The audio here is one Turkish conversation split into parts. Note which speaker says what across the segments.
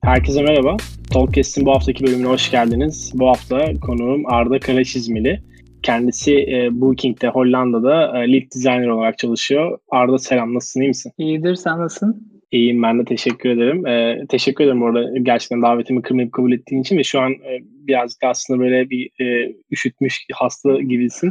Speaker 1: Herkese merhaba. Talkcast'in bu haftaki bölümüne hoş geldiniz. Bu hafta konuğum Arda Karaçizmeli. Kendisi Booking'de Hollanda'da lead designer olarak çalışıyor. Arda selam, nasılsın, iyi misin?
Speaker 2: İyidir, sen nasılsın?
Speaker 1: İyiyim, ben de teşekkür ederim. Teşekkür ederim orada gerçekten davetimi kırmayıp kabul ettiğin için ve şu an birazcık aslında böyle bir üşütmüş hasta gibisin.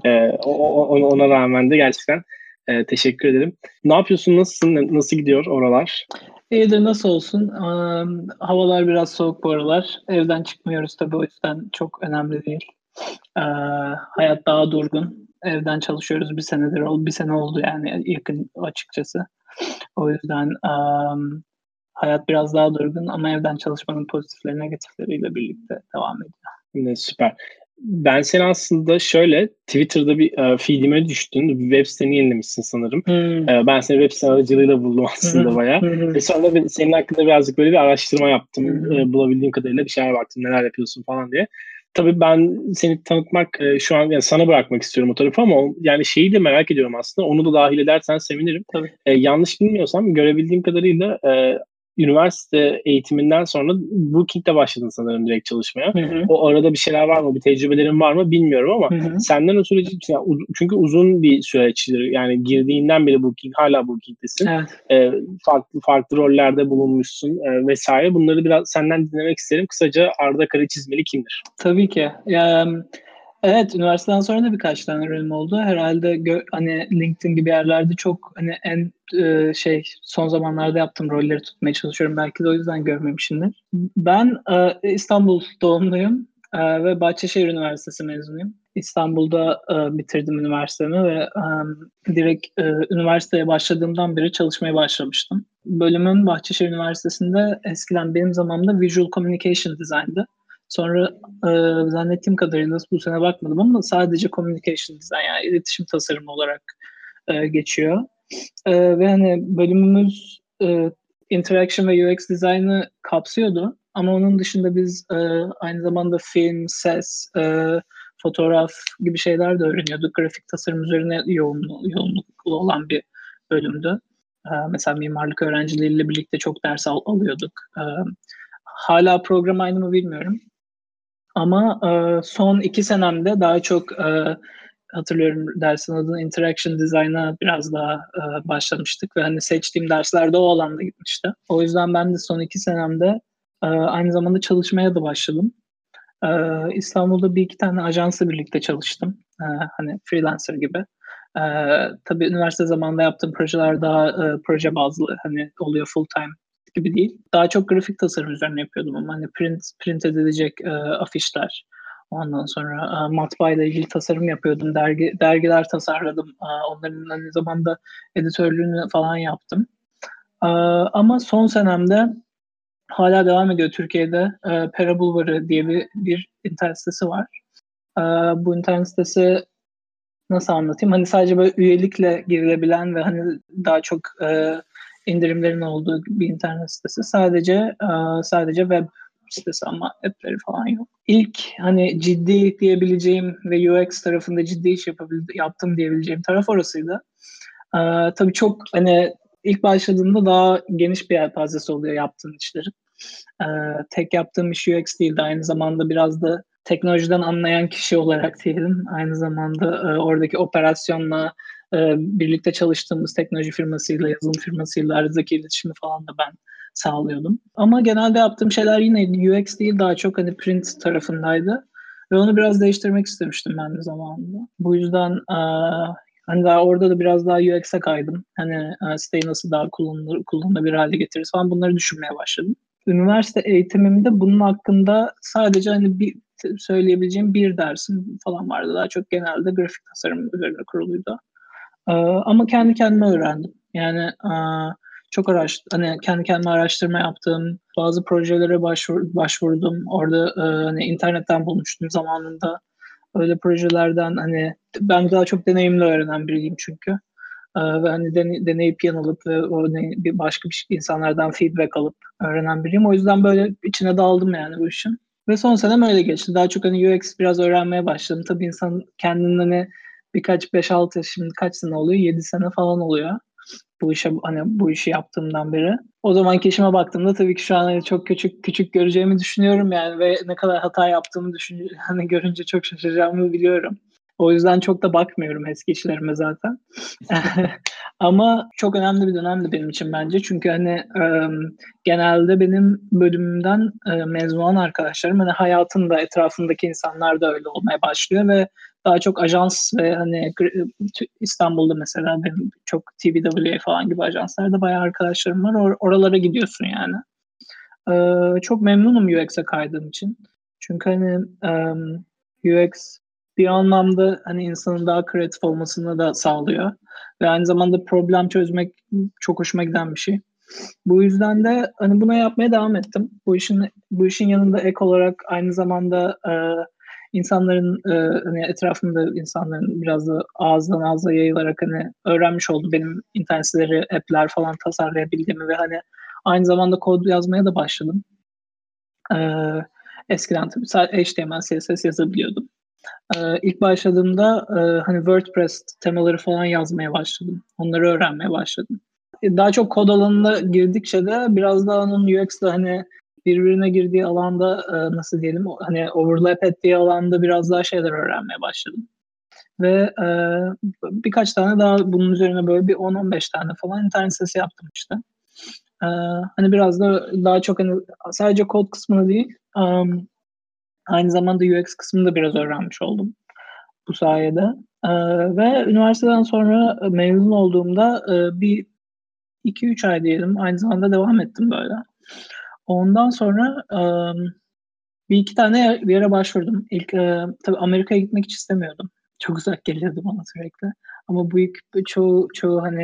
Speaker 1: Ona rağmen de gerçekten teşekkür ederim. Ne yapıyorsun, nasılsın, nasıl gidiyor oralar?
Speaker 2: İyidir, nasıl olsun? Havalar biraz soğuk bu aralar. Evden çıkmıyoruz tabii, o yüzden çok önemli değil. Ee, Hayat daha durgun. Evden çalışıyoruz bir sene oldu yani yakın açıkçası. O yüzden hayat biraz daha durgun ama evden çalışmanın pozitifleri negatifleriyle birlikte devam ediyor.
Speaker 1: Süper. Ben seni aslında şöyle Twitter'da bir feedime düştün. Bir web siteni yenilemişsin sanırım. Ben seni web site aracılığıyla buldum aslında bayağı. Ve sonra senin hakkında birazcık böyle bir araştırma yaptım. Bulabildiğim kadarıyla bir şeyler baktım. Neler yapıyorsun falan diye. Tabii ben seni tanıtmak şu an yani sana bırakmak istiyorum o tarafı ama yani şeyi de merak ediyorum aslında. Onu da dahil edersen sevinirim.
Speaker 2: Tabii.
Speaker 1: Yanlış bilmiyorsam görebildiğim kadarıyla üniversite eğitiminden sonra Booking'de başladın sanırım direkt çalışmaya. O arada bir şeyler var mı, bir tecrübelerin var mı bilmiyorum ama senden o süreci, çünkü uzun bir süreçtir. Yani girdiğinden beri Hala Booking'desin.
Speaker 2: Evet.
Speaker 1: Farklı rollerde bulunmuşsun vesaire. Bunları biraz senden dinlemek isterim. Kısaca Arda Karaçizmeli kimdir?
Speaker 2: Tabii ki. Evet, üniversiteden sonra da birkaç tane rolüm oldu. Herhalde hani LinkedIn gibi yerlerde çok hani son zamanlarda yaptığım rolleri tutmaya çalışıyorum. Belki de o yüzden görmemişimdir. Ben İstanbul doğumluyum ve Bahçeşehir Üniversitesi mezunuyum. İstanbul'da bitirdim üniversitemi ve direkt üniversiteye başladığımdan beri çalışmaya başlamıştım. Bölümüm Bahçeşehir Üniversitesi'nde eskiden benim zamanımda Visual Communication Design'dı. Sonra zannettiğim kadarıyla bu sene bakmadım ama sadece communication design yani iletişim tasarımı olarak geçiyor. Ve hani bölümümüz interaction ve UX design'ı kapsıyordu. Ama onun dışında biz aynı zamanda film, ses, fotoğraf gibi şeyler de öğreniyorduk. Grafik tasarım üzerine yoğunluklu olan bir bölümdü. Mesela mimarlık öğrencileriyle birlikte çok ders alıyorduk. Hala program aynı mı bilmiyorum. Ama son 2 senemde daha çok hatırlıyorum dersin adını Interaction Design'a biraz daha başlamıştık ve hani seçtiğim derslerde o alanda gitmişti. O yüzden ben de son 2 senemde aynı zamanda çalışmaya da başladım. İstanbul'da bir iki tane ajansla birlikte çalıştım. Hani freelancer gibi. Tabii üniversite zamanında yaptığım projeler daha proje bazlı hani oluyor full time gibi değil. Daha çok grafik tasarım üzerine yapıyordum ama hani print edilecek afişler. Ondan sonra matbaayla ilgili tasarım yapıyordum. Dergiler tasarladım. Onların aynı zamanda editörlüğünü falan yaptım. Ama son senemde hala devam ediyor Türkiye'de. Pera Bulvarı diye bir internet sitesi var. Bu internet sitesi nasıl anlatayım? Hani sadece böyle üyelikle girilebilen ve hani daha çok indirimlerin olduğu bir internet sitesi. Sadece web sitesi ama app'leri falan yok. İlk hani ciddi diyebileceğim ve UX tarafında ciddi iş yaptım diyebileceğim taraf orasıydı. Tabii çok hani ilk başladığımda daha geniş bir yelpazesi oluyor yaptığım işlerin. Tek yaptığım iş UX değildi. Aynı zamanda biraz da teknolojiden anlayan kişi olarak diyelim. Aynı zamanda oradaki operasyonla birlikte çalıştığımız teknoloji firmasıyla, yazılım firmasıyla aradaki iletişimi falan da ben sağlıyordum. Ama genelde yaptığım şeyler yine UX değil, daha çok hani print tarafındaydı. Ve onu biraz değiştirmek istemiştim ben de zamanında. Bu yüzden hani daha orada da biraz daha UX'e kaydım. Hani siteyi nasıl daha kullanılabilir hale getiririz falan bunları düşünmeye başladım. Üniversite eğitimimde bunun hakkında sadece hani söyleyebileceğim bir dersim falan vardı. Daha çok genelde grafik tasarım üzerine kuruluydu. Ama kendi kendime öğrendim. Yani çok hani kendi kendime araştırma yaptım. Bazı projelere başvurdum. Orada hani internetten bulmuştum zamanında. Öyle projelerden hani ben daha çok deneyimle öğrenen biriyim çünkü. Ve hani deneyip yanılıp ve başka insanlardan feedback alıp öğrenen biriyim. O yüzden böyle içine daldım yani bu işin. Ve son senem öyle geçti. Daha çok hani UX biraz öğrenmeye başladım. Tabii insan kendini hani birkaç 5-6 şimdi kaç sene oluyor? 7 sene falan oluyor. bu işi yaptığımdan beri. O zamanki işime baktığımda tabii ki şu an hani çok küçük göreceğimi düşünüyorum yani ve ne kadar hata yaptığımı hani görünce çok şaşıracağımı biliyorum. O yüzden çok da bakmıyorum eski işlerime zaten. Ama çok önemli bir dönemdi benim için bence. Çünkü hani genelde benim bölümümden mezun olan arkadaşlarım hani hayatında etrafındaki insanlar da öyle olmaya başlıyor ve daha çok ajans ve hani İstanbul'da mesela benim çok TBWA falan gibi ajanslarda bayağı arkadaşlarım var. Oralara gidiyorsun yani. Çok memnunum UX'e kaydığım için. Çünkü hani UX bir anlamda hani insanın daha kreatif olmasını da sağlıyor. Ve aynı zamanda problem çözmek çok hoşuma giden bir şey. Bu yüzden de hani buna yapmaya devam ettim. Bu işin yanında ek olarak aynı zamanda insanların hani etrafımda insanların biraz da ağızdan ağza yayılarak hani öğrenmiş oldu benim internet siteleri, app'ler falan tasarlayabildiğimi ve hani aynı zamanda kod yazmaya da başladım. Eskiden tabii sadece HTML, CSS yazabiliyordum. İlk başladığımda hani WordPress temaları falan yazmaya başladım. Onları öğrenmeye başladım. Daha çok kod alanına girdikçe de biraz daha onun UX'le hani birbirine girdiği alanda nasıl diyelim hani overlap ettiği alanda biraz daha şeyler öğrenmeye başladım. Ve birkaç tane daha bunun üzerine böyle bir 10-15 tane falan internet sitesi yaptım işte. Hani biraz da daha çok hani sadece kod kısmını değil aynı zamanda UX kısmını da biraz öğrenmiş oldum bu sayede. Ve üniversiteden sonra mezun olduğumda bir 2-3 ay diyelim aynı zamanda devam ettim böyle. Ondan sonra bir iki tane bir yere başvurdum. İlk tabii Amerika'ya gitmek hiç istemiyordum. Çok uzak geliyordu bana sürekli. Ama bu ilk çoğu hani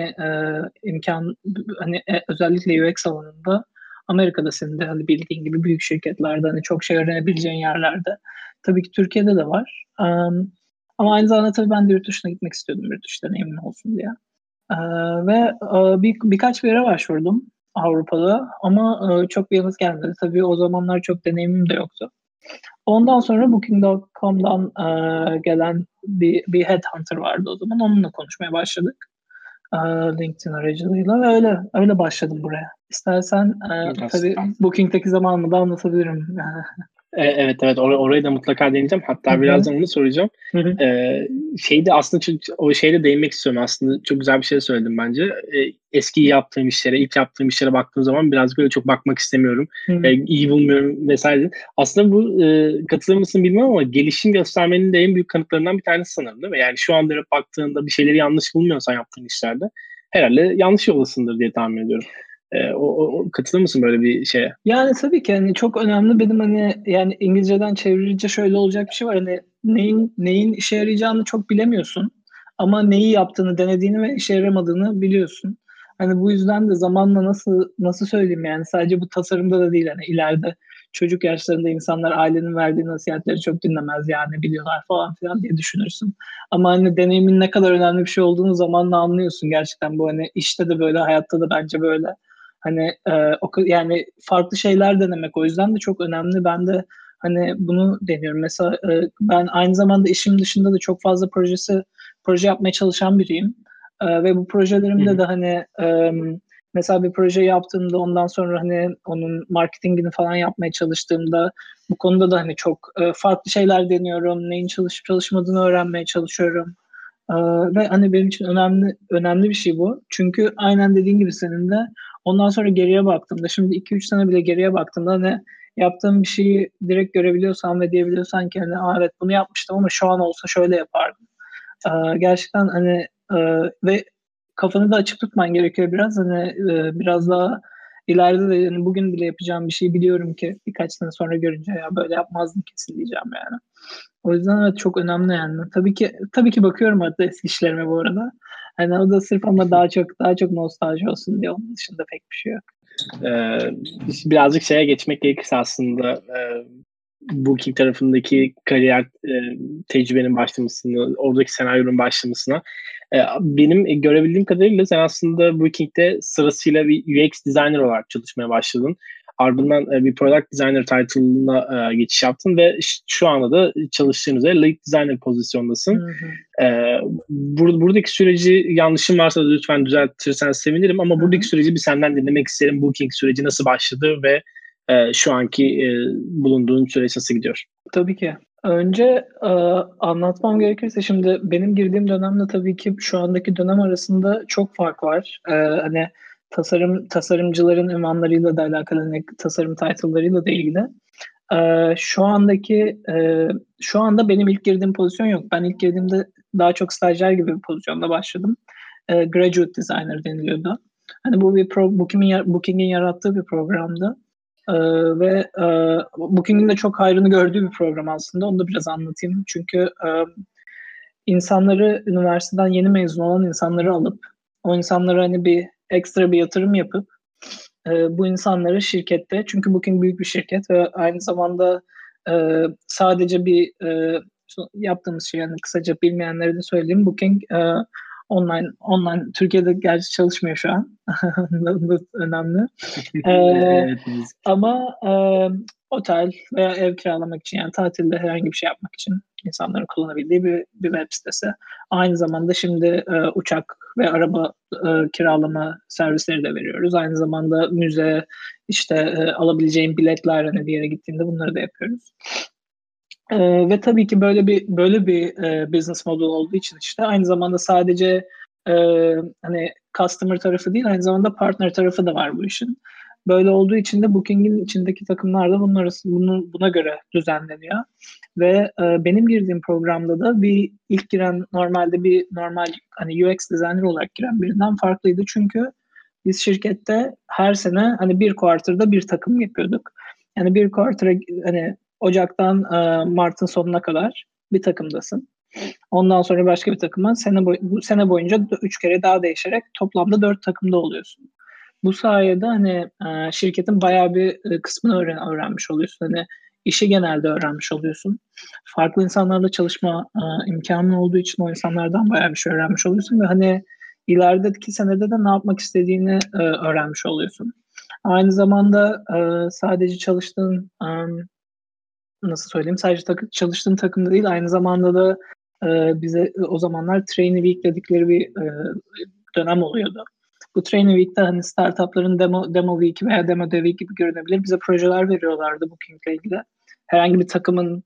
Speaker 2: imkan hani özellikle UX alanında Amerika'da senin de hani bildiğin gibi büyük şirketlerde hani çok şey öğrenebileceğin yerlerde. Tabii ki Türkiye'de de var. Ama aynı zamanda tabii ben de yurt dışına gitmek istiyordum yurt dışı deneyimim olsun diye. Ve birkaç bir yere başvurdum Avrupa'da ama çok bir yanıt gelmedi. Tabii o zamanlar çok deneyimim de yoktu. Ondan sonra Booking.com'dan gelen bir headhunter vardı o zaman. Onunla konuşmaya başladık. LinkedIn aracılığıyla ve öyle başladım buraya. İstersen tabii Booking'deki zamanımı da anlatabilirim.
Speaker 1: Evet, orayı da mutlaka deneyeceğim. Hatta birazdan onu soracağım. Şeyde aslında o şeyde değinmek istiyorum. Aslında çok güzel bir şey söyledim bence. Eski yaptığım işlere, ilk yaptığım işlere baktığım zaman biraz böyle çok bakmak istemiyorum. İyi bulmuyorum vesaire. Aslında bu katılır mısın bilmiyorum ama gelişim göstermenin de en büyük kanıtlarından bir tanesi sanırım değil mi? Yani şu anda baktığında bir şeyleri yanlış bulmuyorsan yaptığın işlerde herhalde yanlış yoldasındır diye tahmin ediyorum. Katılır mısın böyle bir şeye?
Speaker 2: Yani tabii ki hani çok önemli benim hani yani İngilizceden çevirince şöyle olacak bir şey var hani neyin işe yarayacağını çok bilemiyorsun ama neyi yaptığını denediğini ve işe yaramadığını biliyorsun. Hani bu yüzden de zamanla nasıl söyleyeyim yani sadece bu tasarımda da değil hani ileride çocuk yaşlarında insanlar ailenin verdiği nasihatleri çok dinlemez yani biliyorlar falan filan diye düşünürsün. Ama hani deneyimin ne kadar önemli bir şey olduğunu zamanla anlıyorsun gerçekten bu hani işte de böyle hayatta da bence böyle. Hani yani farklı şeyler denemek o yüzden de çok önemli. Ben de hani bunu deniyorum. Mesela ben aynı zamanda işim dışında da çok fazla proje yapmaya çalışan biriyim. Ve bu projelerimde de hani mesela bir proje yaptığımda ondan sonra hani onun marketingini falan yapmaya çalıştığımda bu konuda da hani çok farklı şeyler deniyorum. Neyin çalışıp çalışmadığını öğrenmeye çalışıyorum. Ve hani benim için önemli bir şey bu. Çünkü aynen dediğin gibi senin de ondan sonra geriye baktığımda şimdi 2-3 sene bile geriye baktığımda hani yaptığım bir şeyi direkt görebiliyorsan ve diyebiliyorsan ki hani evet bunu yapmıştım ama şu an olsa şöyle yapardım. Gerçekten hani ve kafanı da açık tutman gerekiyor biraz hani biraz daha ileride de yani bugün bile yapacağım bir şey biliyorum ki birkaç sene sonra görünce ya böyle yapmazdım kesin diyeceğim yani. O yüzden evet çok önemli yani. Tabii ki bakıyorum arada eski işlerime bu arada. Hani o da sırf ama daha çok nostalji olsun diye onun dışında pek bir şey yok.
Speaker 1: Birazcık şeye geçmek gerekirse aslında Booking tarafındaki kariyer tecrübenin başlamasını, oradaki senaryonun başlamasına. Benim görebildiğim kadarıyla sen aslında Booking'de sırasıyla bir UX designer olarak çalışmaya başladın. Ardından bir product designer title'ına geçiş yaptın ve şu anda da çalıştığın üzere lead designer pozisyondasın. Buradaki süreci, yanlışım varsa da lütfen düzeltirsen sevinirim ama buradaki süreci bir senden dinlemek isterim. Booking süreci nasıl başladı ve şu anki bulunduğun süreç nasıl gidiyor?
Speaker 2: Tabii ki. Önce anlatmam gerekirse şimdi benim girdiğim dönemle tabii ki şu andaki dönem arasında çok fark var. Hani tasarımcıların ünvanlarıyla da alakalı, hani tasarım title'larıyla da ilgili. Şu anda benim ilk girdiğim pozisyon yok. Ben ilk girdiğimde daha çok stajyer gibi bir pozisyonda başladım. Graduate designer deniliyordu. Hani bu bir Booking'in yarattığı bir programdı. Ve Booking'in de çok hayrını gördüğü bir program aslında. Onu da biraz anlatayım. Çünkü insanları, üniversiteden yeni mezun olan insanları alıp o insanlara hani bir ekstra bir yatırım yapıp bu insanları şirkette, çünkü Booking büyük bir şirket ve aynı zamanda sadece bir yaptığımız şey, yani kısaca bilmeyenlere de söyleyeyim, Booking online Türkiye'de gerçi çalışmıyor şu an. Bu önemli.
Speaker 1: Evet.
Speaker 2: Ama otel veya ev kiralamak için, yani tatilde herhangi bir şey yapmak için insanların kullanabildiği bir web sitesi. Aynı zamanda şimdi uçak ve araba kiralama servisleri de veriyoruz. Aynı zamanda müze, işte alabileceğin biletler, hani bir yere gittiğinde bunları da yapıyoruz. Ve tabii ki böyle bir business model olduğu için işte aynı zamanda sadece hani customer tarafı değil, aynı zamanda partner tarafı da var bu işin. Böyle olduğu için de Booking'in içindeki takımlar da buna göre düzenleniyor. Ve benim girdiğim programda da ilk giren normal hani UX designer olarak giren birinden farklıydı. Çünkü biz şirkette her sene hani bir quarter'da bir takım yapıyorduk. Yani bir quarter'a hani Ocak'tan Mart'ın sonuna kadar bir takımdasın. Ondan sonra başka bir takıma bu sene boyunca 3 kere daha değişerek toplamda 4 takımda oluyorsun. Bu sayede hani şirketin bayağı bir kısmını öğrenmiş oluyorsun. Hani işi genelde öğrenmiş oluyorsun. Farklı insanlarla çalışma imkanı olduğu için o insanlardan bayağı bir şey öğrenmiş oluyorsun ve hani ilerideki senede de ne yapmak istediğini öğrenmiş oluyorsun. Aynı zamanda sadece çalıştığın nasıl söyleyeyim, sadece çalıştığın takımda değil, aynı zamanda da bize o zamanlar Trainee Week dedikleri bir dönem oluyordu. Bu Trainee Week'te hani startupların demo week veya demo day week gibi görünebilir. Bize projeler veriyorlardı Booking'le ilgili. Herhangi bir takımın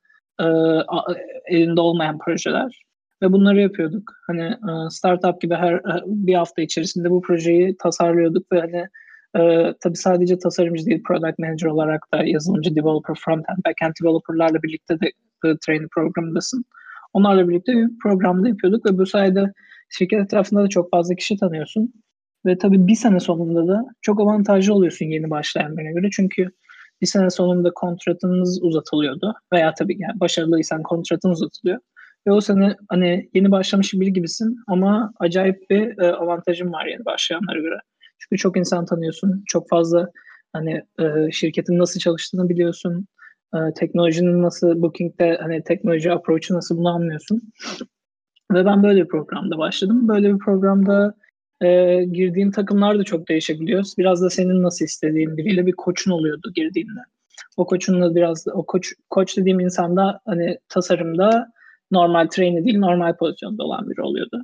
Speaker 2: elinde olmayan projeler. Ve bunları yapıyorduk. Hani startup gibi her bir hafta içerisinde bu projeyi tasarlıyorduk ve hani tabii sadece tasarımcı değil, product manager olarak da yazılımcı, developer, frontend, backend developerlarla birlikte de training programındasın. Onlarla birlikte bir programda yapıyorduk ve bu sayede şirket etrafında da çok fazla kişi tanıyorsun. Ve tabii bir sene sonunda da çok avantajlı oluyorsun yeni başlayan birine göre. Çünkü bir sene sonunda kontratınız uzatılıyordu. Veya tabii yani başarılıysan kontratın uzatılıyor. Ve o sene hani yeni başlamış biri gibisin ama acayip bir avantajın var yeni başlayanlara göre. Çünkü çok insan tanıyorsun. Çok fazla hani şirketin nasıl çalıştığını biliyorsun. Teknolojinin nasıl, Booking'de hani teknoloji approach'u nasıl, bunu anlıyorsun. Ve ben böyle bir programda başladım. Böyle bir programda girdiğin takımlar da çok değişebiliyor. Biraz da senin nasıl istediğin biriyle bir koçun oluyordu girdiğinde. O koçunla koç dediğim insan da hani tasarımda normal trainee değil, normal pozisyonda olan biri oluyordu.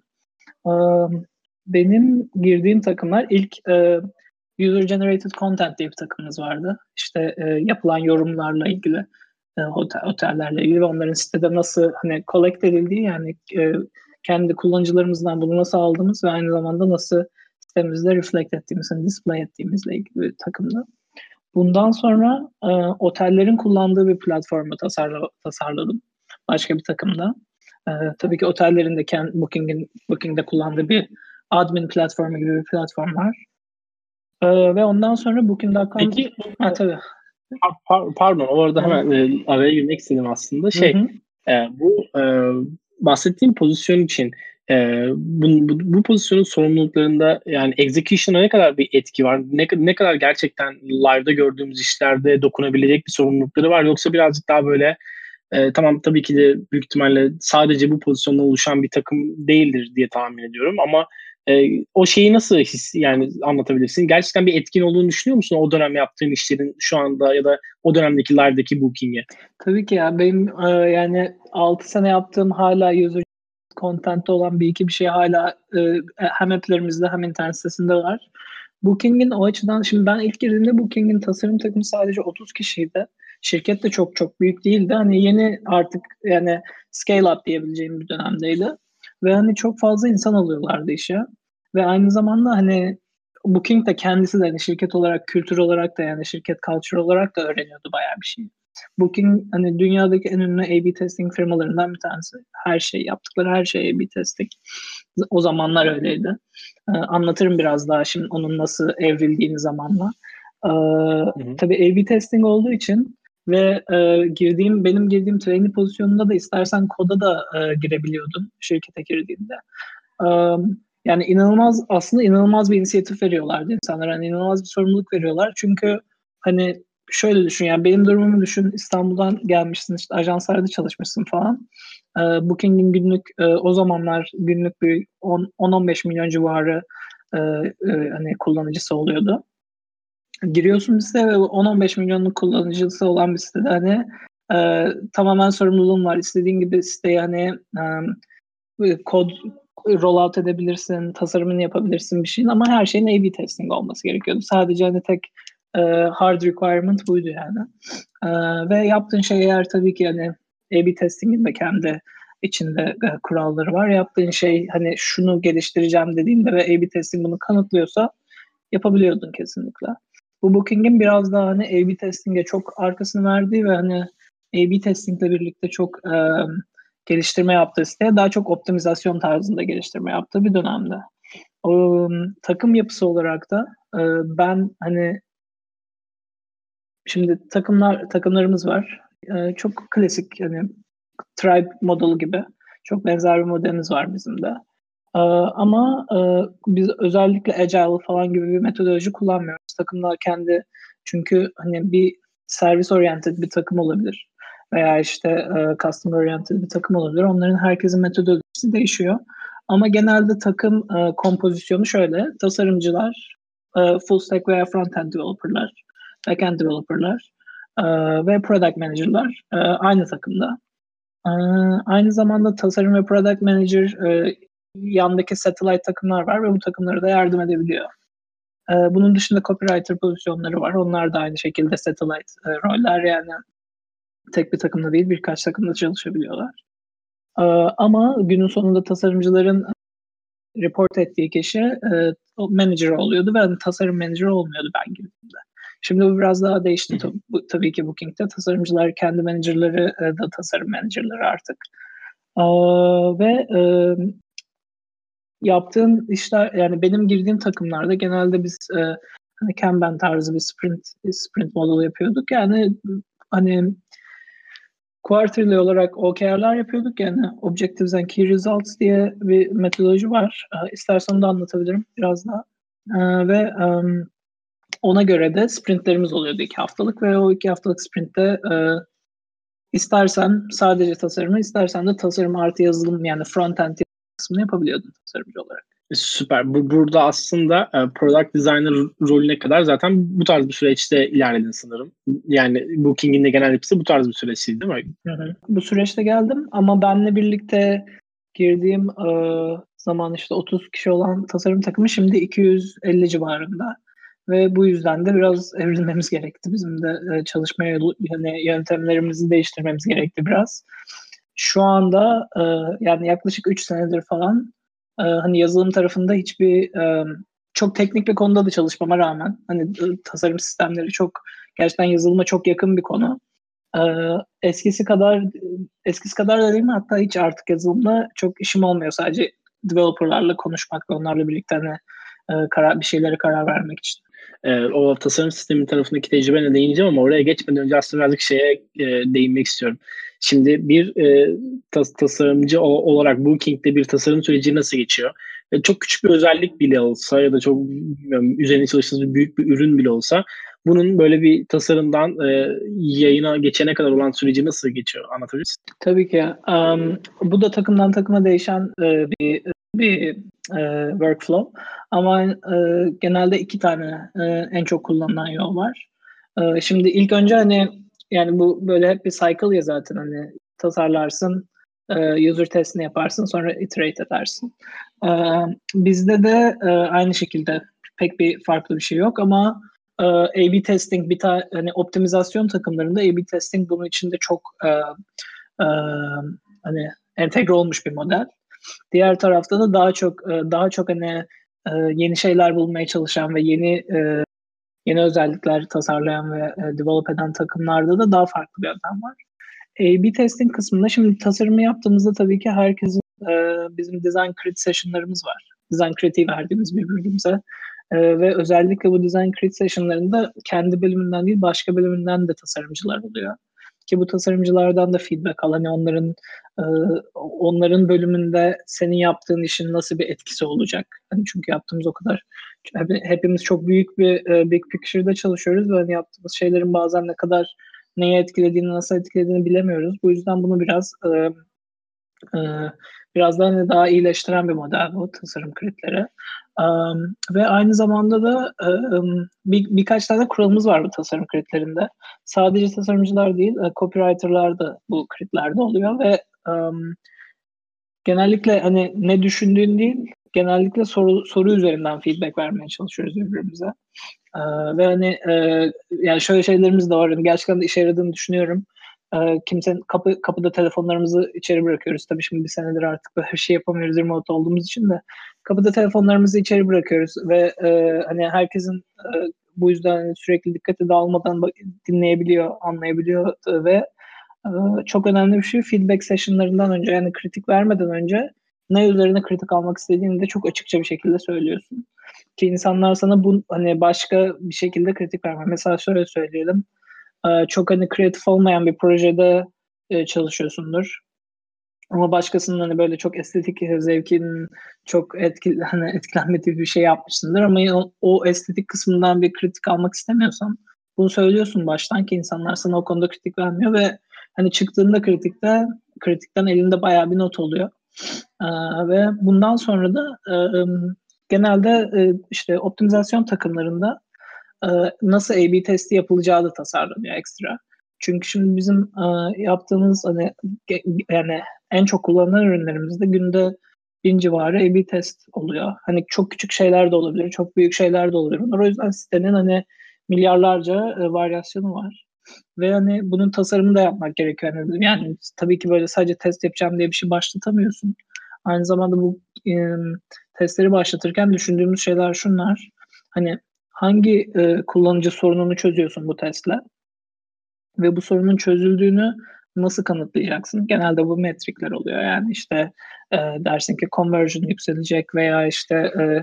Speaker 2: Benim girdiğim takımlar ilk user generated content diye bir takımımız vardı. İşte yapılan yorumlarla ilgili, otellerle ilgili ve onların sitede nasıl hani collect edildiği, yani kendi kullanıcılarımızdan bunu nasıl aldığımız ve aynı zamanda nasıl sitemizde reflect ettiğimiz, hani display ettiğimizle ilgili bir takımdı. Bundan sonra otellerin kullandığı bir platformu tasarladım başka bir takımda. Tabii ki otellerin de Booking'de kullandığı bir admin platformu gibi bir platform var. Ve ondan sonra Booking.com...
Speaker 1: Peki,
Speaker 2: tabii.
Speaker 1: Pardon, orada hemen araya girmek istedim aslında. Bu bahsettiğim pozisyon için bu pozisyonun sorumluluklarında yani execution'a ne kadar bir etki var? Ne kadar gerçekten live'da gördüğümüz işlerde dokunabilecek bir sorumlulukları var? Yoksa birazcık daha böyle Tamam, tabii ki de büyük ihtimalle sadece bu pozisyondan oluşan bir takım değildir diye tahmin ediyorum ama o şeyi nasıl yani anlatabilirsin? Gerçekten bir etkin olduğunu düşünüyor musun o dönem yaptığın işlerin şu anda ya da o dönemdeki live'daki booking'e?
Speaker 2: Tabii ki ya, benim yani 6 sene yaptığım, hala user content'te olan bir iki bir şey hala hem app'lerimizde hem internet sitesinde var. Booking'in o açıdan, şimdi ben ilk girdiğimde Booking'in tasarım takımı sadece 30 kişiydi. Şirket de çok çok büyük değildi. Hani yeni artık yani scale up diyebileceğim bir dönemdeydi. Ve hani çok fazla insan alıyorlardı işe. Ve aynı zamanda hani Booking de kendisi de hani şirket olarak, kültür olarak da, yani şirket culture olarak da öğreniyordu bayağı bir şey. Booking hani dünyadaki en ünlü A/B testing firmalarından bir tanesi. Her şey, yaptıkları her şey A/B testing. O zamanlar öyleydi. Anlatırım biraz daha şimdi onun nasıl evrildiğini zamanla. Tabii A/B testing olduğu için ve benim girdiğim trainee pozisyonunda da istersen koda da girebiliyordun şirkete girdiğinde. Yani aslında inanılmaz bir inisiyatif veriyorlardı insanlara. Yani inanılmaz bir sorumluluk veriyorlar. Çünkü hani şöyle düşün, yani benim durumumu düşün. İstanbul'dan gelmişsin, işte ajanslarda çalışmışsın falan. Booking'in günlük o zamanlar günlük bir 10-15 milyon civarı hani kullanıcısı oluyordu. Giriyorsun bir siteye ve 10-15 milyonluk kullanıcısı olan bir sitede hani tamamen sorumluluğun var. İstediğin gibi siteyi hani kod rollout edebilirsin, tasarımını yapabilirsin bir şeyin, ama her şeyin A/B testing olması gerekiyordu. Sadece hani tek hard requirement buydu yani. Ve yaptığın şey, eğer tabii ki hani A/B testing'in de kendi içinde kuralları var. Yaptığın şey hani şunu geliştireceğim dediğinde ve A/B testing bunu kanıtlıyorsa yapabiliyordun kesinlikle. Bu Booking'in biraz daha hani A/B testing'e çok arkasını verdiği ve hani A/B testing'le birlikte çok geliştirme yaptığı siteye daha çok optimizasyon tarzında geliştirme yaptığı bir dönemde. Takım yapısı olarak da ben hani şimdi takımlarımız var. Çok klasik, hani tribe model gibi çok benzer bir modelimiz var bizim de. Ama biz özellikle agile falan gibi bir metodoloji kullanmıyoruz. Takımlar kendi, çünkü hani bir service oriented bir takım olabilir veya işte customer oriented bir takım olabilir. Onların herkesin metodolojisi değişiyor. Ama genelde takım kompozisyonu şöyle: tasarımcılar, full stack veya front end developerlar, back end developerlar ve product manager'lar aynı takımda. Aynı zamanda tasarım ve product manager yandaki satellite takımlar var ve bu takımlara da yardım edebiliyor. Bunun dışında copywriter pozisyonları var. Onlar da aynı şekilde satellite roller, yani tek bir takımda değil birkaç takımda çalışabiliyorlar. Ama günün sonunda tasarımcıların report ettiği kişi manager oluyordu ve hani tasarım manager olmuyordu ben girdiğimde. Şimdi bu biraz daha değişti tabii ki Booking'de. Tasarımcılar kendi managerları da tasarım managerları artık. Ve yaptığım işler, yani benim girdiğim takımlarda genelde biz hani Kanban tarzı bir sprint model yapıyorduk. Yani hani quarterly olarak OKR'lar yapıyorduk, yani Objectives and Key Results diye bir metodoloji var. İstersen onu da anlatabilirim biraz daha. Ve ona göre de sprintlerimiz oluyordu 2 haftalık ve o 2 haftalık sprintte istersen sadece tasarımı, istersen de tasarım artı yazılım, yani front-end kısmını yapabiliyordun tasarımcı olarak.
Speaker 1: Süper. Burada aslında product designer rolüne kadar zaten bu tarz bir süreçte ilerledin sanırım. Yani Booking'in de genel yapısı bu tarz bir süreçti, değil mi?
Speaker 2: Hı. Bu süreçte geldim ama benle birlikte girdiğim zaman işte 30 kişi olan tasarım takımı şimdi 250 civarında. Ve bu yüzden de biraz evrilmemiz gerekti. Bizim de çalışma yani yöntemlerimizi değiştirmemiz gerekti biraz. Şu anda yani yaklaşık 3 senedir falan hani yazılım tarafında hiçbir çok teknik bir konuda da çalışmama rağmen, hani tasarım sistemleri çok gerçekten yazılıma çok yakın bir konu. Eskisi kadar da değil mi? Hatta hiç artık yazılımda çok işim olmuyor. Sadece developerlarla konuşmak ve onlarla birlikte hani bir şeylere karar vermek için.
Speaker 1: O tasarım sistemi tarafındaki tecrübene değineceğim ama oraya geçmeden önce aslında birazcık şeye değinmek istiyorum. Şimdi bir tasarımcı olarak Booking'de bir tasarım süreci nasıl geçiyor? Çok küçük bir özellik bile olsa ya da çok bilmiyorum, üzerine çalıştığınız büyük bir ürün bile olsa Bunun böyle bir tasarımdan yayına geçene kadar olan süreci nasıl geçiyor, anlatabilir misin?
Speaker 2: Tabii ki. Bu da takımdan takıma değişen bir workflow. Ama genelde 2 tane en çok kullanılan yol var. Şimdi ilk önce hani yani bu böyle hep bir cycle ya zaten, hani tasarlarsın, user testini yaparsın, sonra iterate edersin. Bizde de aynı şekilde pek bir farklı bir şey yok ama A/B testing hani optimizasyon takımlarında A/B testing bunun içinde çok e, hani entegre olmuş bir model. Diğer tarafta da daha çok hani yeni şeyler bulmaya çalışan ve yeni özellikler tasarlayan ve develop eden takımlarda da daha farklı bir yöntem var. A/B testing kısmında şimdi tasarımı yaptığımızda tabii ki herkesin bizim design crit session'larımız var. Design crit'i verdiğimiz birbirimize. Ve özellikle bu design crit session'larında kendi bölümünden değil başka bölümünden de tasarımcılar oluyor. Ki bu tasarımcılardan da feedback al. Hani onların bölümünde senin yaptığın işin nasıl bir etkisi olacak? Hani çünkü yaptığımız o kadar hepimiz çok büyük bir big picture'da çalışıyoruz ve hani yaptığımız şeylerin bazen ne kadar neyi etkilediğini, nasıl etkilediğini bilemiyoruz. Bu yüzden bunu e, biraz daha hani daha iyileştiren bir model bu tasarım kritleri. Ve aynı zamanda da birkaç tane kuralımız var bu tasarım kritlerinde. Sadece tasarımcılar değil, copywriter'lar da bu kritlerde oluyor ve genellikle hani ne düşündüğün değil, genellikle soru üzerinden feedback vermeye çalışıyoruz birbirimize. Ve hani yani şöyle şeylerimiz de var. Yani gerçekten de işe yaradığını düşünüyorum. Kimsenin kapıda telefonlarımızı içeri bırakıyoruz. Tabii şimdi bir senedir artık böyle bir şey yapamıyoruz remote olduğumuz için de. Kapıda telefonlarımızı içeri bırakıyoruz ve hani herkesin bu yüzden hani sürekli dikkati dağılmadan dinleyebiliyor, anlayabiliyor ve çok önemli bir şey feedback sessionlarından önce, yani kritik vermeden önce ne üzerine kritik almak istediğini de çok açıkça bir şekilde söylüyorsun. Ki insanlar sana bu hani başka bir şekilde kritik verme. Mesela şöyle söyleyelim. Çok hani kreatif olmayan bir projede çalışıyorsundur. Ama başkasının hani böyle çok estetik zevkinin çok hani etkilenmediği bir şey yapmışsındır ama o estetik kısmından bir kritik almak istemiyorsan bunu söylüyorsun baştan ki insanlar sana o konuda kritik vermiyor ve hani çıktığında kritikten elinde bayağı bir not oluyor. Ve bundan sonra da genelde işte optimizasyon takımlarında e, nasıl A/B testi yapılacağı da tasarlanıyor ekstra. Çünkü şimdi bizim yaptığımız hani yani en çok kullanılan ürünlerimizde günde 1000 civarı A/B test oluyor. Hani çok küçük şeyler de olabilir, çok büyük şeyler de olabilir. O yüzden sitenin hani milyarlarca varyasyonu var. Ve hani bunun tasarımını da yapmak gerekiyor. Yani tabii ki böyle sadece test yapacağım diye bir şey başlatamıyorsun. Aynı zamanda bu testleri başlatırken düşündüğümüz şeyler şunlar. Hani hangi kullanıcı sorununu çözüyorsun bu testle ve bu sorunun çözüldüğünü nasıl kanıtlayacaksın? Genelde bu metrikler oluyor. Yani işte dersin ki conversion yükselecek veya işte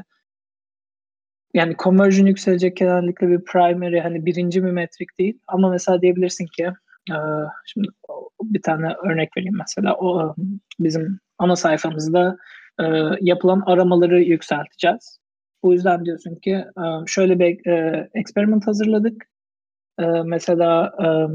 Speaker 2: yani conversion yükselecek genellikle bir primary, hani birinci bir metrik değil. Ama mesela diyebilirsin ki e, şimdi bir tane örnek vereyim mesela. Bizim ana sayfamızda e, yapılan aramaları yükselteceğiz. Bu yüzden diyorsun ki şöyle bir experiment hazırladık. Mesela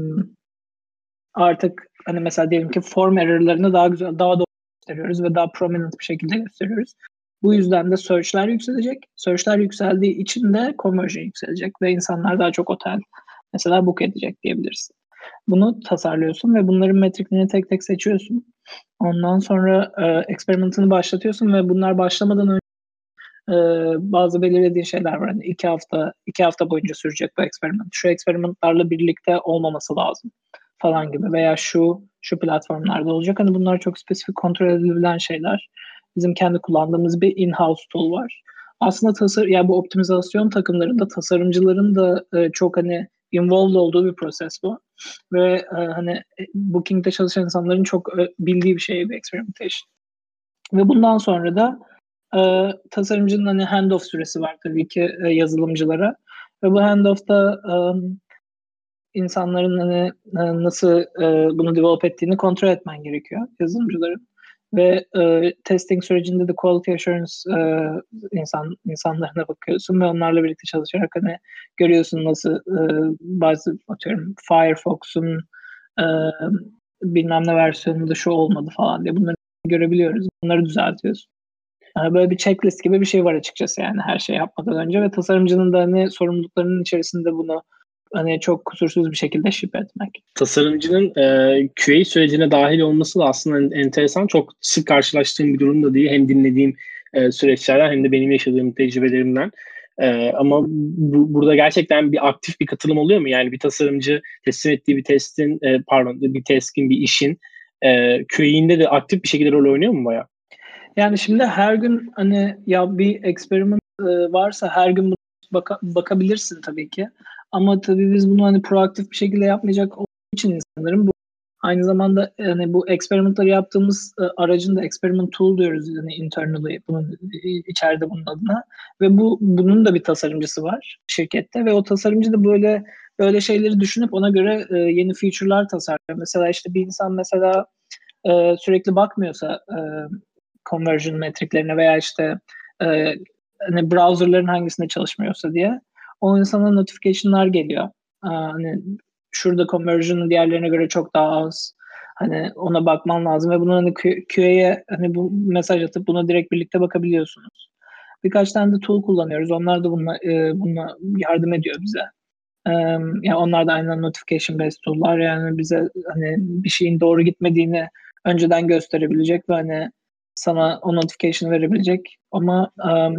Speaker 2: artık hani mesela diyelim ki form error'larını daha güzel, daha doğru gösteriyoruz ve daha prominent bir şekilde gösteriyoruz. Bu yüzden de search'ler yükselecek. Search'ler yükseldiği için de conversion yükselecek ve insanlar daha çok otel mesela book edecek diyebiliriz. Bunu tasarlıyorsun ve bunların metriklerini tek tek seçiyorsun. Ondan sonra experiment'ını başlatıyorsun ve bunlar başlamadan önce e, bazı belirlediğin şeyler var. Yani 2 hafta boyunca sürecek bu experiment. Şu experimentlarla birlikte olmaması lazım falan gibi veya şu platformlarda olacak. Hani bunlar çok spesifik kontrol edilebilen şeyler. Bizim kendi kullandığımız bir in-house tool var. Aslında yani bu optimizasyon takımlarında tasarımcıların da çok hani involved olduğu bir proses bu. Ve hani Booking'de çalışan insanların çok bildiği bir şey, bir experimentation. Ve bundan sonra da tasarımcının hani handoff süresi var tabii ki yazılımcılara. Ve bu handoff'ta insanların hani nasıl bunu develop ettiğini kontrol etmen gerekiyor yazılımcıların. ve testing sürecinde de quality assurance insanlarına bakıyorsun ve onlarla birlikte çalışarak hani görüyorsun nasıl bazı atıyorum Firefox'un e, bilmem ne versiyonunda şu olmadı falan diye bunları görebiliyoruz. Bunları düzeltiyoruz. Böyle bir checklist gibi bir şey var açıkçası yani her şey yapmadan önce ve tasarımcının da hani sorumluluklarının içerisinde bunu hani çok kusursuz bir şekilde ship etmek.
Speaker 1: Tasarımcının QA sürecine dahil olması da aslında enteresan. Çok sık karşılaştığım bir durum da değil. Hem dinlediğim süreçlerden hem de benim yaşadığım tecrübelerimden. Ama burada gerçekten bir aktif bir katılım oluyor mu? Yani bir tasarımcı teslim ettiği bir testin, bir testin, bir işin QA'inde de aktif bir şekilde rol oynuyor mu bayağı?
Speaker 2: Yani şimdi her gün hani ya bir experiment varsa her gün bakabilirsin tabii ki. Ama tabii biz bunu hani proaktif bir şekilde yapmayacak olduğu için insanların bu aynı zamanda hani bu experimentları yaptığımız aracın da experiment tool diyoruz yani internally bunun içeride bunun adına ve bunun da bir tasarımcısı var şirkette ve o tasarımcı da böyle şeyleri düşünüp ona göre yeni feature'lar tasarlıyor. Mesela işte bir insan mesela sürekli bakmıyorsa conversion metriklerine veya işte hani browserların hangisinde çalışmıyorsa diye o insana notification'lar geliyor. Hani şurada conversion'ı diğerlerine göre çok daha az. Hani ona bakman lazım ve bunu hani QA'ye hani bu mesaj atıp buna direkt birlikte bakabiliyorsunuz. Birkaç tane de tool kullanıyoruz. Onlar da bununla yardım ediyor bize. Yani onlar da aynen notification based tool'lar yani bize hani bir şeyin doğru gitmediğini önceden gösterebilecek ve hani sana o notification verebilecek ama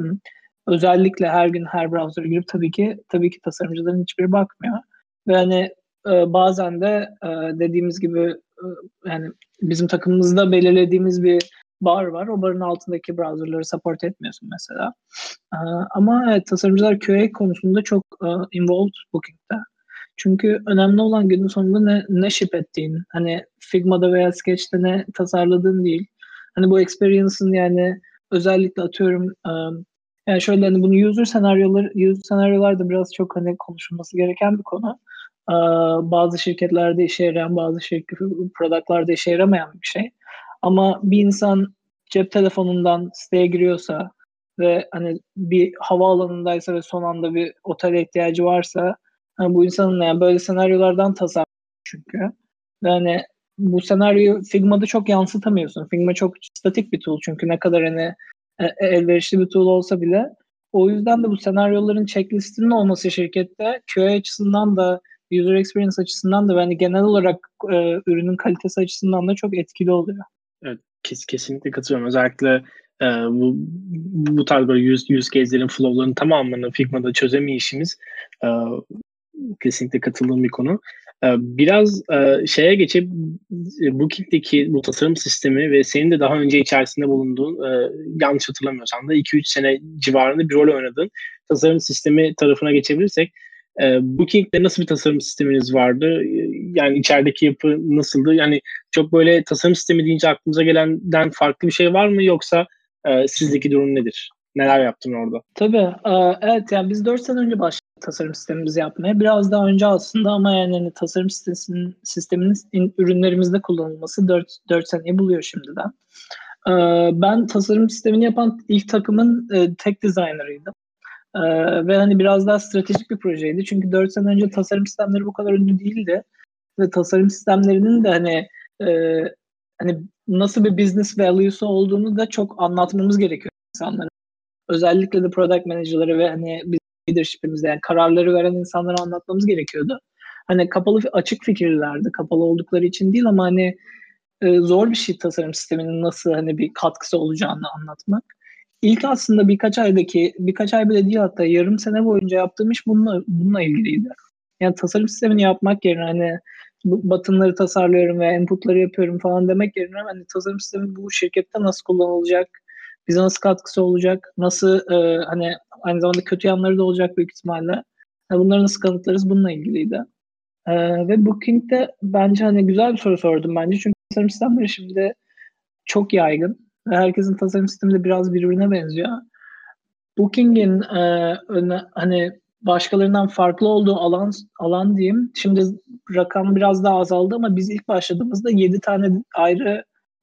Speaker 2: özellikle her gün her browser'a girip tabii ki tasarımcıların hiçbiri bakmıyor ve hani bazen de dediğimiz gibi yani bizim takımımızda belirlediğimiz bir bar var. O barın altındaki browser'ları support etmiyorsun mesela. Ama evet, tasarımcılar QA konusunda çok involved Booking'de. Çünkü önemli olan günün sonunda ne ship ettiğin. Hani Figma'da veya Sketch'te ne tasarladığın değil. Hani bu experience'ın yani özellikle atıyorum yani şöyle hani bunu user senaryolar da biraz çok hani konuşulması gereken bir konu. Bazı şirketlerde işe yarayan, bazı product'larda işe yaramayan bir şey. Ama bir insan cep telefonundan siteye giriyorsa ve hani bir havaalanındaysa ve son anda bir otele ihtiyacı varsa hani bu insanın yani böyle senaryolardan tasarlanıyor çünkü. Ve hani bu senaryoyu Figma'da çok yansıtamıyorsun. Figma çok statik bir tool çünkü ne kadar hani elverişli bir tool olsa bile. O yüzden de bu senaryoların checklistinin olması şirkette QA açısından da user experience açısından da ve hani genel olarak ürünün kalitesi açısından da çok etkili oluyor.
Speaker 1: Evet, kesinlikle katılıyorum. Özellikle bu tarz böyle use case'lerin flow'ların tamamını Figma'da çözemeyişimiz kesinlikle katıldığım bir konu. Biraz şeye geçip Booking'deki bu tasarım sistemi ve senin de daha önce içerisinde bulunduğun yanlış hatırlamıyorsam da 2-3 sene civarında bir rol oynadığın tasarım sistemi tarafına geçebilirsek Booking'de nasıl bir tasarım sisteminiz vardı? Yani içerideki yapı nasıldı? Yani çok böyle tasarım sistemi deyince aklımıza gelenden farklı bir şey var mı yoksa sizdeki durum nedir? Neler yaptın orada?
Speaker 2: Tabii. Evet yani biz 4 sene önce başladık tasarım sistemimizi yapmaya. Biraz daha önce aslında ama yani hani tasarım sisteminin ürünlerimizde kullanılması 4 seneyi buluyor şimdiden. Ben tasarım sistemini yapan ilk takımın tek designer'ıydım. Ve hani biraz daha stratejik bir projeydi. Çünkü 4 sene önce tasarım sistemleri bu kadar ünlü değildi. Ve tasarım sistemlerinin de e, hani nasıl bir business value'su olduğunu da çok anlatmamız gerekiyor insanlara. Özellikle de product manager'ları ve hani biz leadership'imizde yani kararları veren insanlara anlatmamız gerekiyordu. Hani kapalı açık fikirlerdi. Kapalı oldukları için değil ama hani zor bir şey tasarım sisteminin nasıl hani bir katkısı olacağını anlatmak. İlk aslında birkaç ay bile değil hatta yarım sene boyunca yaptığım iş bununla ilgiliydi. Yani tasarım sistemini yapmak yerine hani button'ları tasarlıyorum ve input'ları yapıyorum falan demek yerine hani tasarım sistemi bu şirkette nasıl kullanılacak, bize nasıl katkısı olacak, nasıl hani aynı zamanda kötü yanları da olacak büyük ihtimalle. Yani bunları nasıl kanıtlarız bununla ilgiliydi. Ve Booking'de bence hani güzel bir soru sordum bence çünkü tasarım sistemleri şimdi çok yaygın ve herkesin tasarım sistemi de biraz birbirine benziyor. Booking'in hani başkalarından farklı olduğu alan diyeyim. Şimdi rakam biraz daha azaldı ama biz ilk başladığımızda 7 tane ayrı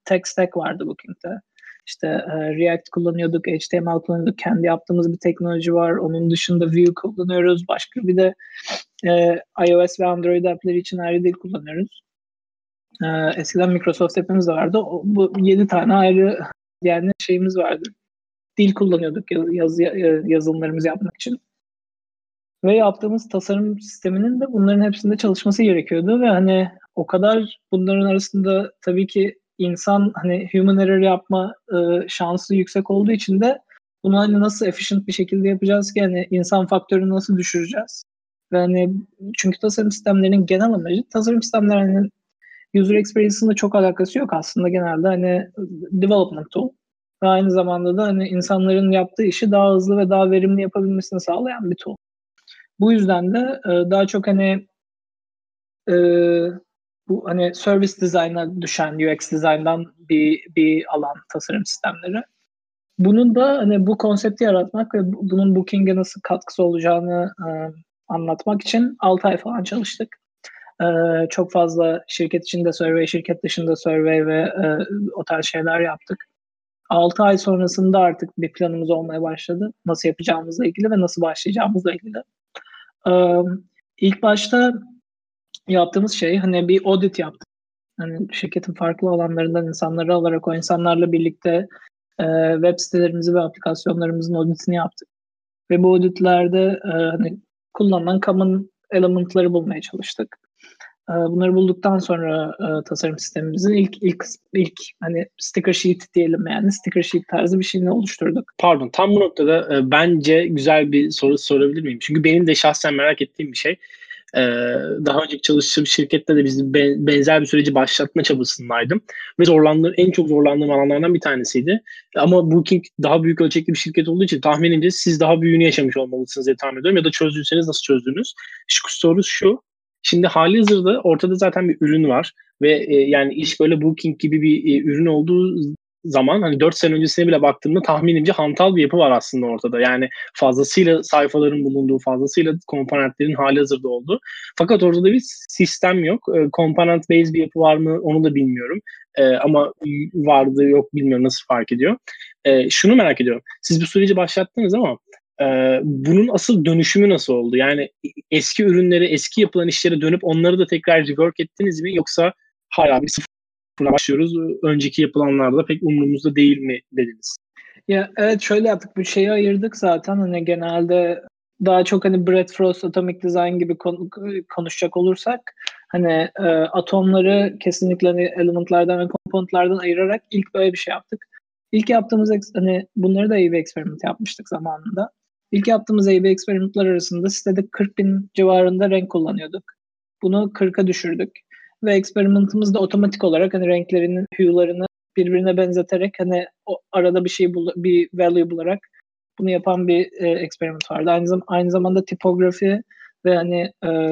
Speaker 2: tech stack vardı Booking'de. İşte React kullanıyorduk, HTML kullanıyorduk, kendi yaptığımız bir teknoloji var. Onun dışında Vue kullanıyoruz. Başka bir de iOS ve Android app'leri için ayrı dil kullanıyoruz. Eskiden Microsoft app'imiz de vardı. Bu 7 tane ayrı yani şeyimiz vardı. Dil kullanıyorduk yazılımlarımızı yapmak için. Ve yaptığımız tasarım sisteminin de bunların hepsinde çalışması gerekiyordu ve hani o kadar bunların arasında tabii ki insan hani human error yapma şansı yüksek olduğu için de bunu hani nasıl efficient bir şekilde yapacağız ki hani insan faktörünü nasıl düşüreceğiz? Ve hani çünkü tasarım sistemlerinin genel amacı tasarım sistemlerinin user experience'ında çok alakası yok aslında genelde hani development tool. Ve aynı zamanda da hani insanların yaptığı işi daha hızlı ve daha verimli yapabilmesini sağlayan bir tool. Bu yüzden de daha çok hani bu hani service design'a düşen UX design'dan bir alan tasarım sistemleri. Bunun da hani bu konsepti yaratmak ve bunun Booking'e nasıl katkısı olacağını anlatmak için 6 ay falan çalıştık. Çok fazla şirket içinde survey, şirket dışında survey ve o tarz şeyler yaptık. 6 ay sonrasında artık bir planımız olmaya başladı. Nasıl yapacağımızla ilgili ve nasıl başlayacağımızla ilgili. İlk başta yaptığımız şey hani bir audit yaptık. Hani şirketin farklı alanlarından insanları alarak o insanlarla birlikte web sitelerimizi ve aplikasyonlarımızın auditini yaptık. Ve bu auditlerde hani kullanılan common element'ları bulmaya çalıştık. Bunları bulduktan sonra tasarım sistemimizin ilk hani sticker sheet diyelim yani sticker sheet tarzı bir şeyini oluşturduk.
Speaker 1: Pardon, tam bu noktada bence güzel bir soru sorabilir miyim? Çünkü benim de şahsen merak ettiğim bir şey. Daha önceki çalıştığım şirkette de biz benzer bir süreci başlatma çabasındaydım. Ve en çok zorlandığım alanlardan bir tanesiydi. Ama Booking daha büyük ölçekli bir şirket olduğu için tahminimce siz daha büyüğünü yaşamış olmalısınız diye tahmin ediyorum. Ya da çözdüyseniz nasıl çözdünüz? Soru şu. Şimdi halihazırda ortada zaten bir ürün var. Ve yani iş böyle Booking gibi bir ürün olduğu zaman hani 4 sene öncesine bile baktığımda tahminimce hantal bir yapı var aslında ortada. Yani fazlasıyla sayfaların bulunduğu, fazlasıyla komponentlerin halihazırda olduğu. Fakat ortada bir sistem yok. Component based bir yapı var mı onu da bilmiyorum. Ama vardı yok bilmiyorum nasıl fark ediyor. Şunu merak ediyorum. Siz bu süreci başlattınız ama bunun asıl dönüşümü nasıl oldu? Yani eski ürünleri, eski yapılan işlere dönüp onları da tekrar rework ettiniz mi? Yoksa hala bir sıfırına başlıyoruz. Önceki yapılanlarda pek umurumuzda değil mi dediniz?
Speaker 2: Ya evet şöyle yaptık. Bir şeyi ayırdık zaten. Hani genelde daha çok hani Brad Frost Atomic Design gibi konuşacak olursak hani atomları kesinlikle hani elementlerden ve komponentlerden ayırarak ilk böyle bir şey yaptık. İlk yaptığımız hani bunları da A/B experiment yapmıştık zamanında. İlk yaptığımız A/B experimentlar arasında sitede 40.000 civarında renk kullanıyorduk. Bunu 40'a düşürdük. Ve experimentımız da otomatik olarak hani renklerinin hue'larını birbirine benzeterek hani o arada bir value bularak bunu yapan bir experiment vardı. Aynı zamanda tipografi ve hani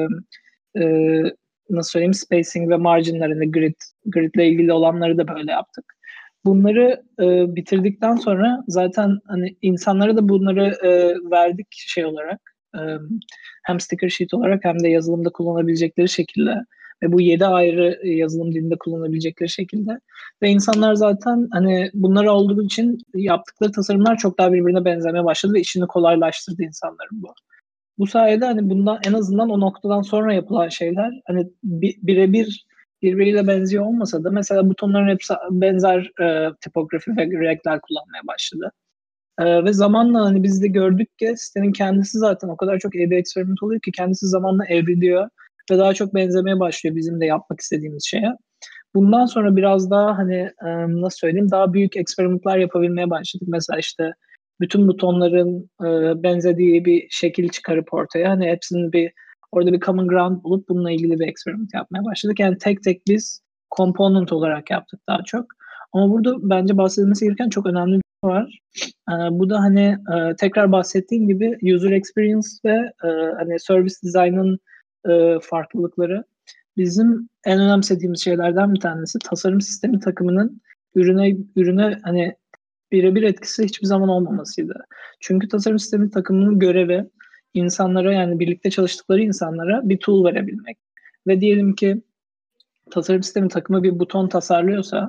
Speaker 2: nasıl söyleyeyim spacing ve marginler hani gridle ilgili olanları da böyle yaptık. Bunları bitirdikten sonra zaten hani insanlara da bunları verdik şey olarak hem sticker sheet olarak hem de yazılımda kullanabilecekleri şekilde ve bu 7 ayrı yazılım dilinde kullanabilecekleri şekilde ve insanlar zaten hani bunlar olduğu için yaptıkları tasarımlar çok daha birbirine benzemeye başladı ve işini kolaylaştırdı insanların bu. Bu sayede hani bundan en azından o noktadan sonra yapılan şeyler hani birebir birbiriyle benziyor olmasa da mesela butonların hepsi benzer tipografi ve renkler kullanmaya başladı. Ve zamanla hani biz de gördük ki sitenin kendisi zaten o kadar çok A/B experiment oluyor ki kendisi zamanla evriliyor ve daha çok benzemeye başlıyor bizim de yapmak istediğimiz şeye. Bundan sonra biraz daha hani nasıl söyleyeyim daha büyük eksperimentler yapabilmeye başladık. Mesela işte bütün butonların benzediği bir şekil çıkarıp ortaya hani hepsinin orada bir common ground bulup bununla ilgili bir experiment yapmaya başladık. Yani tek tek biz component olarak yaptık daha çok. Ama burada bence bahsedilmesi gereken çok önemli bir şey var. Bu da hani tekrar bahsettiğim gibi user experience ve hani service design'ın farklılıkları. Bizim en önemsediğimiz şeylerden bir tanesi tasarım sistemi takımının ürüne hani birebir etkisi hiçbir zaman olmamasıydı. Çünkü tasarım sistemi takımının görevi insanlara yani birlikte çalıştıkları insanlara bir tool verebilmek. Ve diyelim ki tasarım sistemi takımı bir buton tasarlıyorsa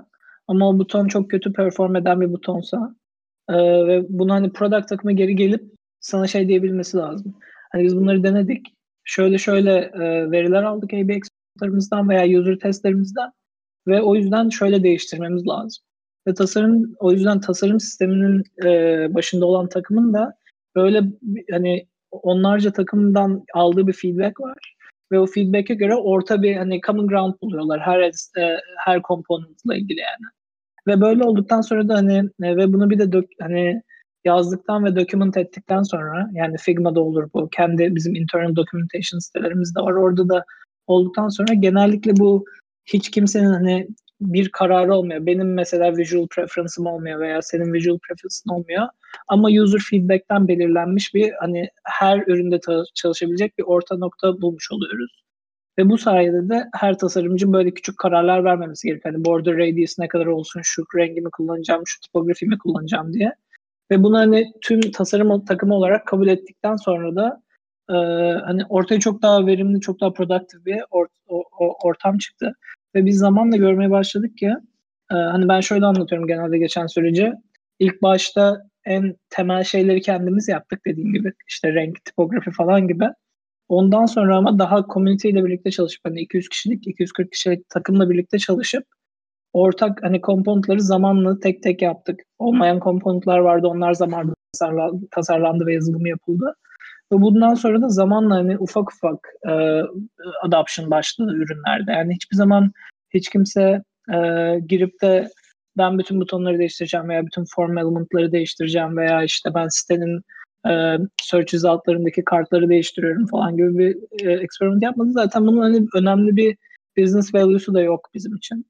Speaker 2: ama o buton çok kötü perform eden bir butonsa ve bunu hani product takımı geri gelip sana şey diyebilmesi lazım. Hani biz bunları denedik. Şöyle veriler aldık A/B experimentlarımızdan veya user testlerimizden ve o yüzden şöyle değiştirmemiz lazım. Ve o yüzden tasarım sisteminin başında olan takımın da böyle hani onlarca takımdan aldığı bir feedback var. Ve o feedback'e göre orta bir hani common ground buluyorlar her component'la ilgili yani. Ve böyle olduktan sonra da hani ve bunu bir de hani yazdıktan ve document ettikten sonra yani Figma'da olur bu. Kendi bizim internal documentation sitelerimiz de var. Orada da olduktan sonra genellikle bu hiç kimsenin hani bir kararı olmuyor. Benim mesela visual preference'ım olmuyor veya senin visual preference'ın olmuyor. Ama user feedback'ten belirlenmiş bir hani her üründe çalışabilecek bir orta nokta bulmuş oluyoruz. Ve bu sayede de her tasarımcı böyle küçük kararlar vermemesi gerekiyor. Yani border radius ne kadar olsun, şu rengimi kullanacağım, şu tipografimi kullanacağım diye. Ve bunu hani tüm tasarım takımı olarak kabul ettikten sonra da hani ortaya çok daha verimli, çok daha produktif bir ortam çıktı. Ve biz zamanla görmeye başladık ki hani ben şöyle anlatıyorum genelde geçen süreci. İlk başta en temel şeyleri kendimiz yaptık dediğim gibi. İşte renk, tipografi falan gibi. Ondan sonra ama daha community ile birlikte çalışıp hani 200 kişilik, 240 kişilik takımla birlikte çalışıp ortak hani komponentleri zamanla tek tek yaptık. Olmayan komponentler vardı. Onlar zamanla tasarlandı ve yazılımı yapıldı. Ve bundan sonra da zamanla hani ufak ufak adoption başladı ürünlerde. Yani hiçbir zaman hiç kimse girip de ben bütün butonları değiştireceğim veya bütün form elementları değiştireceğim veya işte ben sitenin search resultlarındaki kartları değiştiriyorum falan gibi bir experiment yapmadı. Zaten bunun hani önemli bir business value'su da yok bizim için.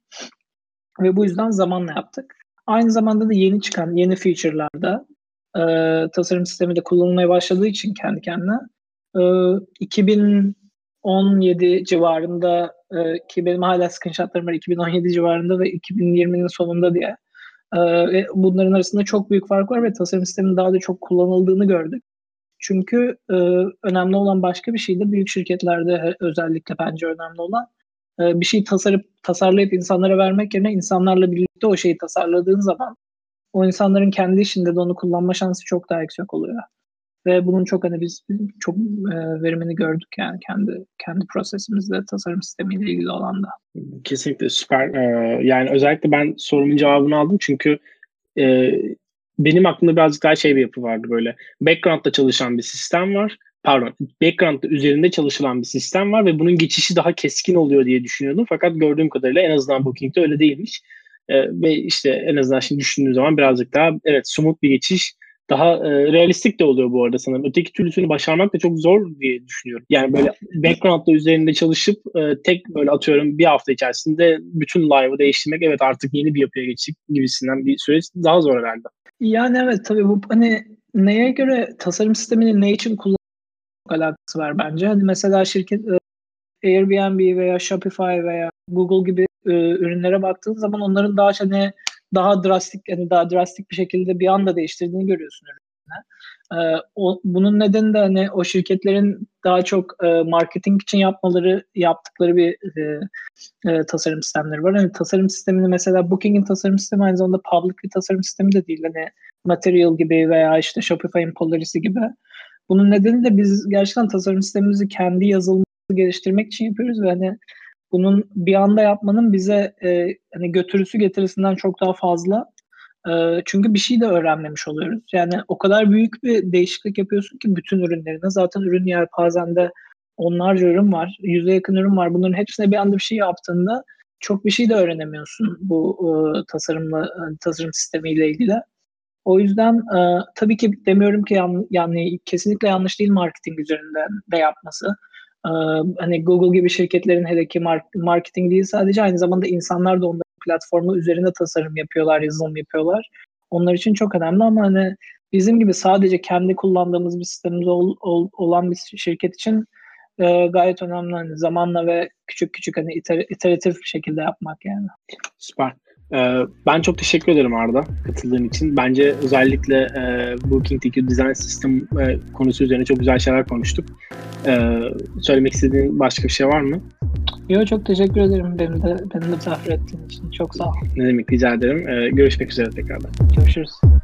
Speaker 2: Ve bu yüzden zamanla yaptık. Aynı zamanda da yeni çıkan yeni feature'larda tasarım sistemi de kullanılmaya başladığı için kendi kendine 2017 civarında ki benim hala screenshotlarım var 2017 civarında ve 2020'nin sonunda diye ve bunların arasında çok büyük fark var ve tasarım sisteminin daha da çok kullanıldığını gördük. Çünkü önemli olan başka bir şey de büyük şirketlerde özellikle bence önemli olan bir şey tasarlayıp insanlara vermek yerine insanlarla birlikte o şeyi tasarladığın zaman o insanların kendi işinde de onu kullanma şansı çok daha yüksek oluyor. Ve bunun çok hani biz çok verimini gördük yani kendi prosesimizde tasarım sistemiyle ilgili olan da.
Speaker 1: Kesinlikle süper. Yani özellikle ben sorumun cevabını aldım çünkü benim aklımda birazcık daha bir yapı vardı böyle. Background'da çalışan bir sistem var. Pardon, background'da üzerinde çalışılan bir sistem var ve bunun geçişi daha keskin oluyor diye düşünüyordum. Fakat gördüğüm kadarıyla en azından Booking'de öyle değilmiş. Ve işte en azından şimdi düşündüğüm zaman birazcık daha evet somut bir geçiş daha realistik de oluyor bu arada sanırım. Öteki türlüsünü başarmak da çok zor diye düşünüyorum. Yani böyle background'da üzerinde çalışıp tek böyle atıyorum bir hafta içerisinde bütün live'ı değiştirmek evet artık yeni bir yapıya geçtik gibisinden bir süreç daha zor herhalde.
Speaker 2: Yani evet tabii bu hani neye göre tasarım sistemini ne için kullanmak alakası var bence. Hani mesela şirket Airbnb veya Shopify veya Google gibi ürünlere baktığın zaman onların daha drastik bir şekilde bir anda değiştirdiğini görüyorsun ürününe. Bunun nedeni de hani o şirketlerin daha çok marketing için yaptıkları bir tasarım sistemleri var. Hani tasarım sistemini mesela Booking'in tasarım sistemi aynı zamanda public bir tasarım sistemi de değil. Hani Material gibi veya işte Shopify'in Polaris'i gibi. Bunun nedeni de biz gerçekten tasarım sistemimizi kendi yazılımımızı geliştirmek için yapıyoruz ve hani bunun bir anda yapmanın bize hani götürüsü getirisinden çok daha fazla. Çünkü bir şey de öğrenmemiş oluyoruz. Yani o kadar büyük bir değişiklik yapıyorsun ki bütün ürünlerine. Zaten ürün yelpazende onlarca ürün var. 100'e yakın ürün var. Bunların hepsine bir anda bir şey yaptığında çok bir şey de öğrenemiyorsun bu tasarım sistemiyle ilgili. O yüzden tabii ki demiyorum ki yani kesinlikle yanlış değil marketing üzerinden de yapması. Hani Google gibi şirketlerin hele ki marketing değil sadece aynı zamanda insanlar da onların platformu üzerinde tasarım yapıyorlar, yazılım yapıyorlar. Onlar için çok önemli ama hani bizim gibi sadece kendi kullandığımız bir sistemimiz olan bir şirket için gayet önemli hani zamanla ve küçük küçük hani iteratif bir şekilde yapmak yani.
Speaker 1: Süper. Ben çok teşekkür ederim Arda katıldığın için. Bence özellikle Booking'deki design system konusu üzerine çok güzel şeyler konuştuk. Söylemek istediğin başka bir şey var mı?
Speaker 2: Yok, çok teşekkür ederim. Beni de misafir ettiğin için. Çok sağ ol.
Speaker 1: Ne demek, rica ederim. Görüşmek üzere tekrardan.
Speaker 2: Görüşürüz.